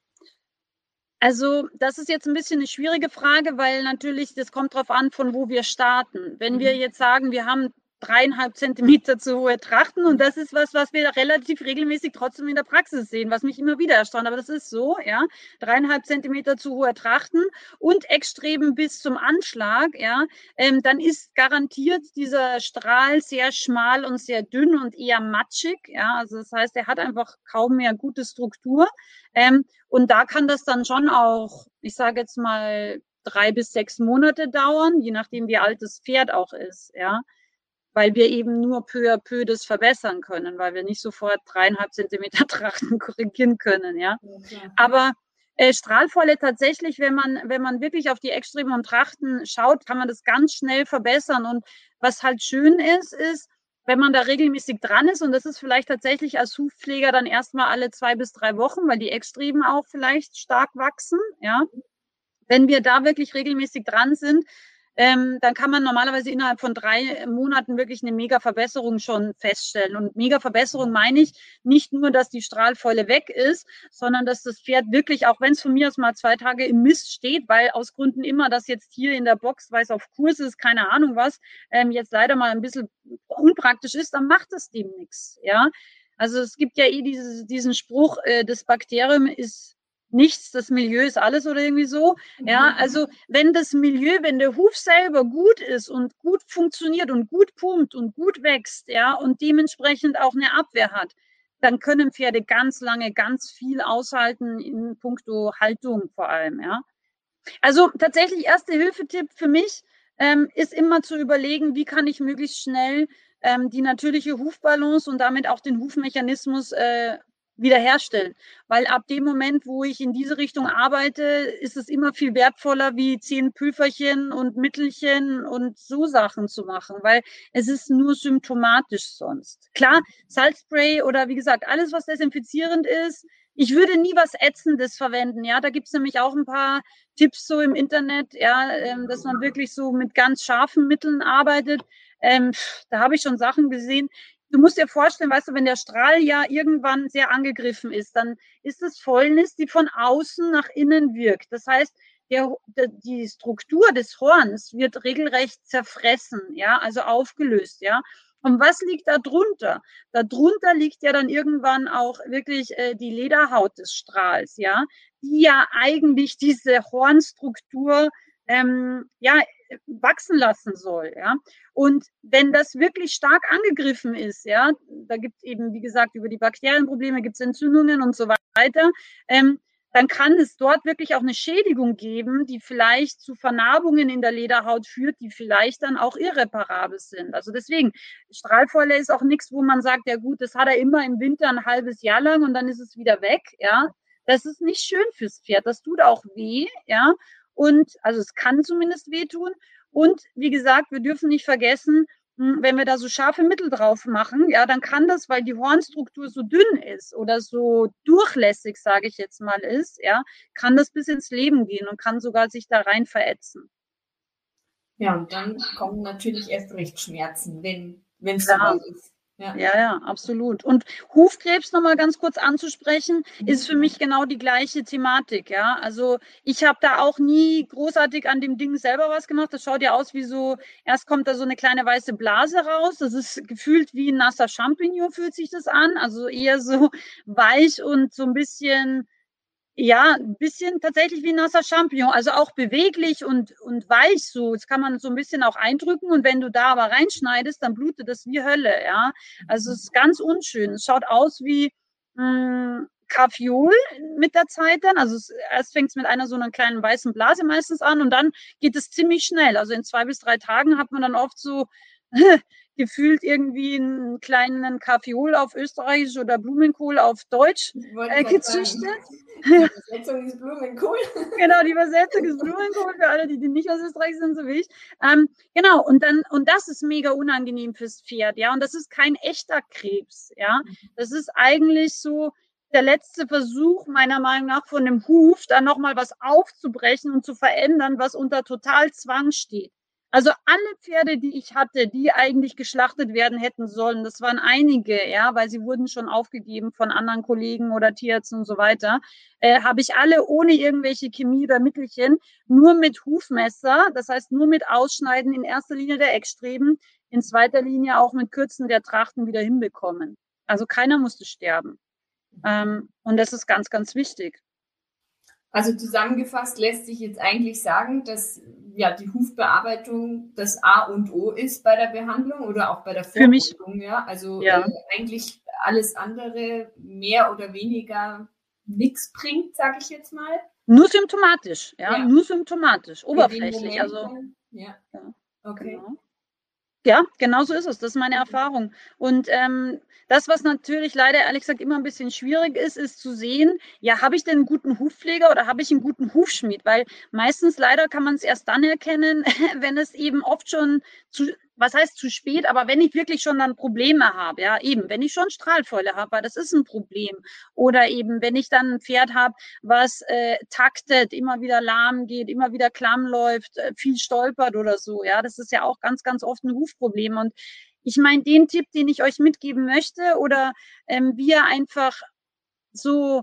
Also das ist jetzt ein bisschen eine schwierige Frage, weil natürlich, das kommt drauf an, von wo wir starten. Wenn mhm. wir jetzt sagen, wir haben dreieinhalb Zentimeter zu hohe Trachten. Und das ist was, was wir relativ regelmäßig trotzdem in der Praxis sehen, was mich immer wieder erstaunt. Aber das ist so, ja, dreieinhalb Zentimeter zu hohe Trachten und Eckstreben bis zum Anschlag, ja, ähm, dann ist garantiert dieser Strahl sehr schmal und sehr dünn und eher matschig, ja. Also das heißt, er hat einfach kaum mehr gute Struktur. Ähm, und da kann das dann schon auch, ich sage jetzt mal, drei bis sechs Monate dauern, je nachdem, wie alt das Pferd auch ist, ja. Weil wir eben nur peu à peu das verbessern können, weil wir nicht sofort dreieinhalb Zentimeter Trachten korrigieren können, ja. ja Aber äh, Strahlvolle tatsächlich, wenn man, wenn man wirklich auf die Eckstreben und Trachten schaut, kann man das ganz schnell verbessern. Und was halt schön ist, ist, wenn man da regelmäßig dran ist, und das ist vielleicht tatsächlich als Hufpfleger dann erstmal alle zwei bis drei Wochen, weil die Eckstreben auch vielleicht stark wachsen, ja. Wenn wir da wirklich regelmäßig dran sind, ähm, dann kann man normalerweise innerhalb von drei Monaten wirklich eine Mega-Verbesserung schon feststellen. Und Mega-Verbesserung meine ich nicht nur, dass die Strahlfäule weg ist, sondern dass das Pferd wirklich, auch wenn es von mir aus mal zwei Tage im Mist steht, weil aus Gründen immer das jetzt hier in der Box, weil es auf Kurs ist, keine Ahnung was, ähm, jetzt leider mal ein bisschen unpraktisch ist, dann macht es dem nichts. Ja? Also es gibt ja eh dieses, diesen Spruch, äh, das Bakterium ist nichts, das Milieu ist alles oder irgendwie so. Ja, also wenn das Milieu, wenn der Huf selber gut ist und gut funktioniert und gut pumpt und gut wächst, ja, und dementsprechend auch eine Abwehr hat, dann können Pferde ganz lange ganz viel aushalten in puncto Haltung vor allem, ja. Also tatsächlich erste Hilfetipp für mich ähm, ist immer zu überlegen, wie kann ich möglichst schnell ähm, die natürliche Hufbalance und damit auch den Hufmechanismus äh, wiederherstellen. Weil ab dem Moment, wo ich in diese Richtung arbeite, ist es immer viel wertvoller, wie zehn Pülferchen und Mittelchen und so Sachen zu machen, weil es ist nur symptomatisch sonst. Klar, Salzspray oder wie gesagt, alles, was desinfizierend ist, ich würde nie was Ätzendes verwenden. Ja, da gibt es nämlich auch ein paar Tipps so im Internet, ja, ähm, dass man wirklich so mit ganz scharfen Mitteln arbeitet. Ähm, da habe ich schon Sachen gesehen. Du musst dir vorstellen, weißt du, wenn der Strahl ja irgendwann sehr angegriffen ist, dann ist es Fäulnis, die von außen nach innen wirkt. Das heißt, der, der, die Struktur des Horns wird regelrecht zerfressen, ja, also aufgelöst, ja. Und was liegt da drunter? Da drunter liegt ja dann irgendwann auch wirklich äh, die Lederhaut des Strahls, ja, die ja eigentlich diese Hornstruktur ähm, ja, wachsen lassen soll, ja. Und wenn das wirklich stark angegriffen ist, ja, da gibt es eben, wie gesagt, über die Bakterienprobleme gibt es Entzündungen und so weiter, ähm, dann kann es dort wirklich auch eine Schädigung geben, die vielleicht zu Vernarbungen in der Lederhaut führt, die vielleicht dann auch irreparabel sind. Also deswegen, Strahlfäule ist auch nichts, wo man sagt, ja gut, das hat er immer im Winter ein halbes Jahr lang und dann ist es wieder weg, ja. Das ist nicht schön fürs Pferd, das tut auch weh, ja. Und also es kann zumindest wehtun. Und wie gesagt, wir dürfen nicht vergessen, wenn wir da so scharfe Mittel drauf machen, ja, dann kann das, weil die Hornstruktur so dünn ist oder so durchlässig, sage ich jetzt mal, ist, ja, kann das bis ins Leben gehen und kann sogar sich da rein verätzen. Ja, und dann kommen natürlich erst recht Schmerzen, wenn es so weit ist. Ja. ja, ja, absolut. Und Hufkrebs nochmal ganz kurz anzusprechen, ist für mich genau die gleiche Thematik, ja. Also ich habe da auch nie großartig an dem Ding selber was gemacht. Das schaut ja aus wie so, erst kommt da so eine kleine weiße Blase raus. Das ist gefühlt wie ein nasser Champignon, fühlt sich das an. Also eher so weich und so ein bisschen, ja, ein bisschen tatsächlich wie ein nasser Champignon, also auch beweglich und, und weich so. Das kann man so ein bisschen auch eindrücken und wenn du da aber reinschneidest, dann blutet das wie Hölle, ja. Also es ist ganz unschön. Es schaut aus wie mh, Kaffeeol mit der Zeit dann. Also es, erst fängt es mit einer so einer kleinen weißen Blase meistens an und dann geht es ziemlich schnell. Also in zwei bis drei Tagen hat man dann oft so gefühlt irgendwie einen kleinen Kaffeeol auf Österreichisch oder Blumenkohl auf Deutsch äh, gezüchtet. Die Übersetzung ist Blumenkohl. Genau, die Übersetzung ist Blumenkohl für alle, die, die nicht aus Österreich sind, so wie ich. Ähm, genau, und dann, und das ist mega unangenehm fürs Pferd, ja. Und das ist kein echter Krebs, ja. Das ist eigentlich so der letzte Versuch, meiner Meinung nach, von dem Huf, da nochmal was aufzubrechen und zu verändern, was unter Totalzwang steht. Also alle Pferde, die ich hatte, die eigentlich geschlachtet werden hätten sollen, das waren einige, ja, weil sie wurden schon aufgegeben von anderen Kollegen oder Tierärzten und so weiter, äh, habe ich alle ohne irgendwelche Chemie oder Mittelchen, nur mit Hufmesser, das heißt nur mit Ausschneiden in erster Linie der Eckstreben, in zweiter Linie auch mit Kürzen der Trachten wieder hinbekommen. Also keiner musste sterben. Ähm, und das ist ganz, ganz wichtig. Also zusammengefasst lässt sich jetzt eigentlich sagen, dass ja die Hufbearbeitung das A und O ist bei der Behandlung oder auch bei der Vorbeugung. Ja, also ja. Äh, eigentlich alles andere mehr oder weniger nichts bringt, sage ich jetzt mal. Nur symptomatisch, ja, ja. nur symptomatisch, oberflächlich. Also ja, ja. Okay. Genau. Ja, genau so ist es. Das ist meine Erfahrung. Und ähm, das, was natürlich leider ehrlich gesagt immer ein bisschen schwierig ist, ist zu sehen, ja, habe ich denn einen guten Hufpfleger oder habe ich einen guten Hufschmied? Weil meistens leider kann man es erst dann erkennen, wenn es eben oft schon zu, was heißt zu spät, aber wenn ich wirklich schon dann Probleme habe, ja, eben, wenn ich schon Strahlfäule habe, weil das ist ein Problem. Oder eben, wenn ich dann ein Pferd habe, was äh, taktet, immer wieder lahm geht, immer wieder klamm läuft, äh, viel stolpert oder so, ja, das ist ja auch ganz, ganz oft ein Hufproblem. Und ich meine, den Tipp, den ich euch mitgeben möchte oder ähm, wie ihr einfach so,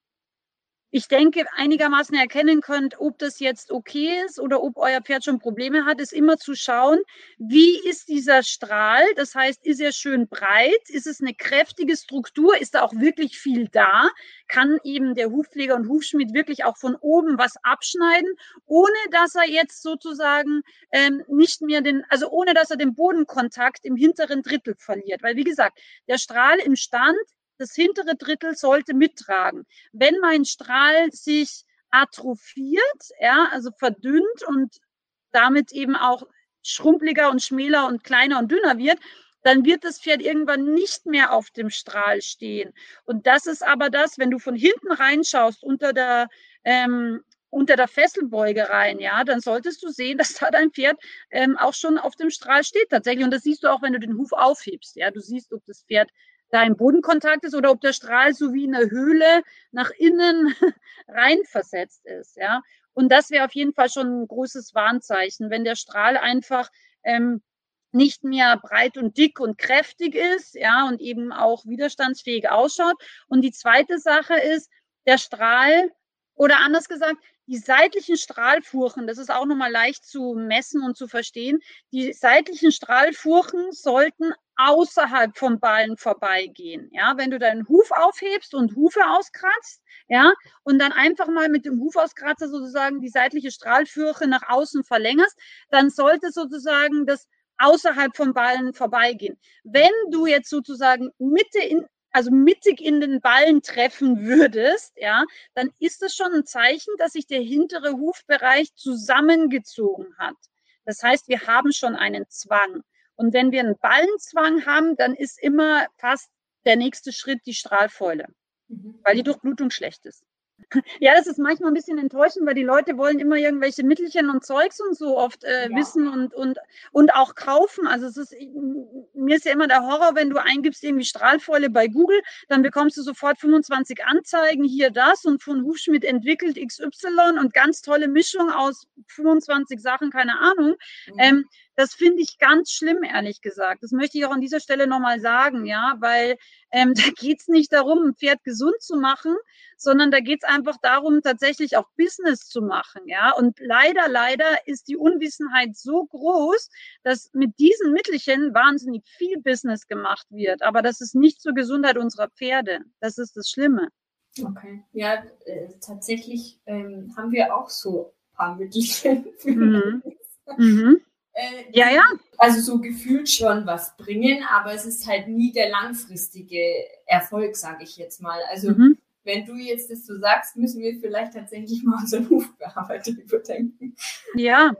ich denke, einigermaßen erkennen könnt, ob das jetzt okay ist oder ob euer Pferd schon Probleme hat, ist immer zu schauen, wie ist dieser Strahl? Das heißt, ist er schön breit? Ist es eine kräftige Struktur? Ist da auch wirklich viel da? Kann eben der Hufpfleger und Hufschmied wirklich auch von oben was abschneiden, ohne dass er jetzt sozusagen ähm, nicht mehr den, also ohne dass er den Bodenkontakt im hinteren Drittel verliert? Weil, wie gesagt, der Strahl im Stand, das hintere Drittel sollte mittragen. Wenn mein Strahl sich atrophiert, ja, also verdünnt und damit eben auch schrumpeliger und schmäler und kleiner und dünner wird, dann wird das Pferd irgendwann nicht mehr auf dem Strahl stehen. Und das ist aber das, wenn du von hinten reinschaust unter der ähm, unter der Fesselbeuge rein, ja, dann solltest du sehen, dass da dein Pferd ähm, auch schon auf dem Strahl steht tatsächlich. Und das siehst du auch, wenn du den Huf aufhebst, ja, du siehst, ob das Pferd da im Bodenkontakt ist oder ob der Strahl so wie in einer Höhle nach innen rein versetzt ist, ja. Und das wäre auf jeden Fall schon ein großes Warnzeichen, wenn der Strahl einfach ähm, nicht mehr breit und dick und kräftig ist, ja, und eben auch widerstandsfähig ausschaut. Und die zweite Sache ist, der Strahl, oder anders gesagt, die seitlichen Strahlfurchen, das ist auch nochmal leicht zu messen und zu verstehen, die seitlichen Strahlfurchen sollten außerhalb vom Ballen vorbeigehen. Ja, wenn du deinen Huf aufhebst und Hufe auskratzt, ja, und dann einfach mal mit dem Hufauskratzer sozusagen die seitliche Strahlfurche nach außen verlängerst, dann sollte sozusagen das außerhalb vom Ballen vorbeigehen. Wenn du jetzt sozusagen Mitte in also mittig in den Ballen treffen würdest, ja, dann ist das schon ein Zeichen, dass sich der hintere Hufbereich zusammengezogen hat. Das heißt, wir haben schon einen Zwang. Und wenn wir einen Ballenzwang haben, dann ist immer fast der nächste Schritt die Strahlfäule, mhm. weil die Durchblutung schlecht ist. Ja, das ist manchmal ein bisschen enttäuschend, weil die Leute wollen immer irgendwelche Mittelchen und Zeugs und so oft äh, ja. wissen und, und, und auch kaufen. Also es ist, mir ist ja immer der Horror, wenn du eingibst irgendwie Strahlfäule bei Google, dann bekommst du sofort fünfundzwanzig Anzeigen, hier das und von Hufschmied entwickelt X Y und ganz tolle Mischung aus fünfundzwanzig Sachen, keine Ahnung. Mhm. Ähm, das finde ich ganz schlimm, ehrlich gesagt. Das möchte ich auch an dieser Stelle nochmal sagen, ja, weil ähm, da geht es nicht darum, ein Pferd gesund zu machen, sondern da geht es einfach darum, tatsächlich auch Business zu machen, ja. Und leider, leider ist die Unwissenheit so groß, dass mit diesen Mittelchen wahnsinnig viel Business gemacht wird. Aber das ist nicht zur Gesundheit unserer Pferde. Das ist das Schlimme. Okay, ja, äh, tatsächlich ähm, haben wir auch so ein paar Mittelchen. Mhm. Mhm. Äh, ja, ja. Also so gefühlt schon was bringen, aber es ist halt nie der langfristige Erfolg, sage ich jetzt mal. Also mhm. wenn du jetzt das so sagst, müssen wir vielleicht tatsächlich mal unseren Hufbearbeiter überdenken. Ja.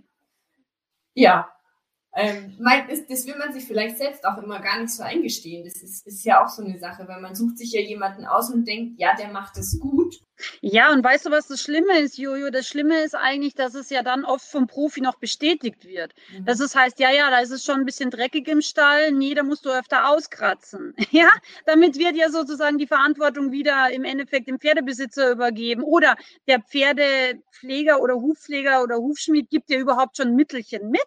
Ja. Ähm, mein, das, das will man sich vielleicht selbst auch immer gar nicht so eingestehen. Das ist, ist ja auch so eine Sache, weil man sucht sich ja jemanden aus und denkt, ja, der macht es gut. Ja, und weißt du, was das Schlimme ist, Jojo? Das Schlimme ist eigentlich, dass es ja dann oft vom Profi noch bestätigt wird. Mhm. Dass es heißt, ja, ja, da ist es schon ein bisschen dreckig im Stall, nee, da musst du öfter auskratzen. Ja, damit wird ja sozusagen die Verantwortung wieder im Endeffekt dem Pferdebesitzer übergeben. Oder der Pferdepfleger oder Hufpfleger oder Hufschmied gibt dir überhaupt schon Mittelchen mit.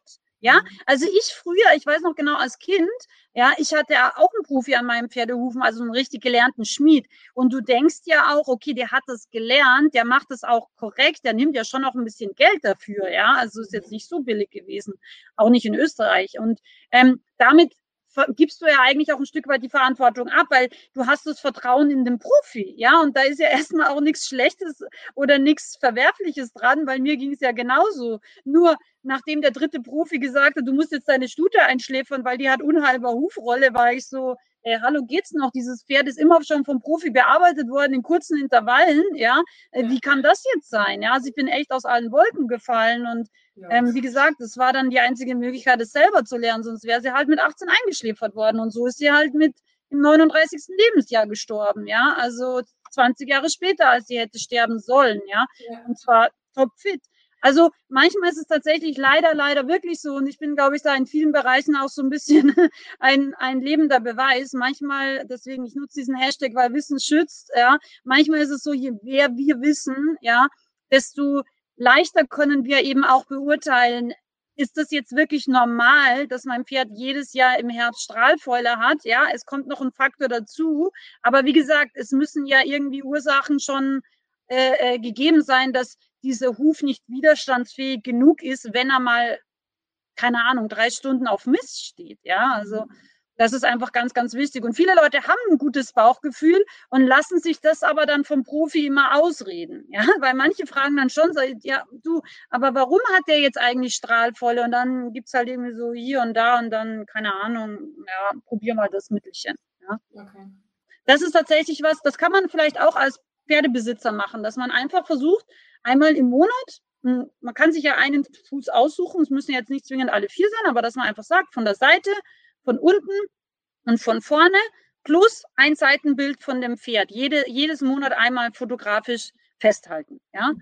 Ja, also ich früher, ich weiß noch genau als Kind, ja, ich hatte ja auch einen Profi an meinem Pferdehufen, also einen richtig gelernten Schmied. Und du denkst ja auch, okay, der hat das gelernt, der macht das auch korrekt, der nimmt ja schon auch ein bisschen Geld dafür, ja. Also ist jetzt nicht so billig gewesen, auch nicht in Österreich. Und ähm, damit gibst du ja eigentlich auch ein Stück weit die Verantwortung ab, weil du hast das Vertrauen in den Profi, ja, und da ist ja erstmal auch nichts Schlechtes oder nichts Verwerfliches dran, weil mir ging es ja genauso. Nur nachdem der dritte Profi gesagt hat, du musst jetzt deine Stute einschläfern, weil die hat unheilbar Hufrolle, war ich so, äh, hallo, geht's noch? Dieses Pferd ist immer schon vom Profi bearbeitet worden in kurzen Intervallen, ja. Äh, wie kann das jetzt sein? Ja, also ich bin echt aus allen Wolken gefallen und ähm, wie gesagt, es war dann die einzige Möglichkeit, es selber zu lernen, sonst wäre sie halt mit achtzehn eingeschläfert worden und so ist sie halt mit im neununddreißigsten Lebensjahr gestorben, ja. Also zwanzig Jahre später, als sie hätte sterben sollen, ja. ja. Und zwar topfit. Also manchmal ist es tatsächlich leider, leider wirklich so und ich bin, glaube ich, da in vielen Bereichen auch so ein bisschen ein, ein lebender Beweis. Manchmal, deswegen, ich nutze diesen Hashtag, weil Wissen schützt, ja. Manchmal ist es so, je mehr wir wissen, ja, desto leichter können wir eben auch beurteilen, ist das jetzt wirklich normal, dass mein Pferd jedes Jahr im Herbst Strahlfäule hat? Ja, es kommt noch ein Faktor dazu. Aber wie gesagt, es müssen ja irgendwie Ursachen schon äh, äh, gegeben sein, dass dieser Huf nicht widerstandsfähig genug ist, wenn er mal, keine Ahnung, drei Stunden auf Mist steht. Ja, also das ist einfach ganz, ganz wichtig. Und viele Leute haben ein gutes Bauchgefühl und lassen sich das aber dann vom Profi immer ausreden. Ja, weil manche fragen dann schon, ja, du, aber warum hat der jetzt eigentlich Strahlfäule? Und dann gibt's halt irgendwie so hier und da und dann, keine Ahnung, ja, probier mal das Mittelchen. Ja. Okay. Das ist tatsächlich was, das kann man vielleicht auch als Pferdebesitzer machen, dass man einfach versucht, einmal im Monat, man kann sich ja einen Fuß aussuchen, es müssen jetzt nicht zwingend alle vier sein, aber dass man einfach sagt, von der Seite, von unten und von vorne, plus ein Seitenbild von dem Pferd, jede, jedes Monat einmal fotografisch festhalten. Ja?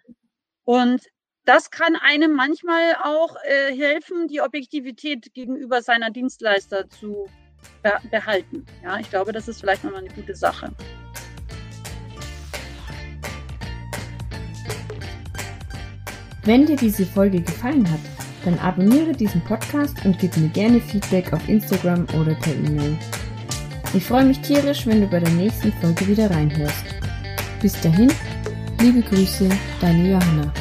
Und das kann einem manchmal auch äh, helfen, die Objektivität gegenüber seiner Dienstleister zu be- behalten. Ja, ich glaube, das ist vielleicht nochmal eine gute Sache. Wenn dir diese Folge gefallen hat, dann abonniere diesen Podcast und gib mir gerne Feedback auf Instagram oder per E-Mail. Ich freue mich tierisch, wenn du bei der nächsten Folge wieder reinhörst. Bis dahin, liebe Grüße, deine Johanna.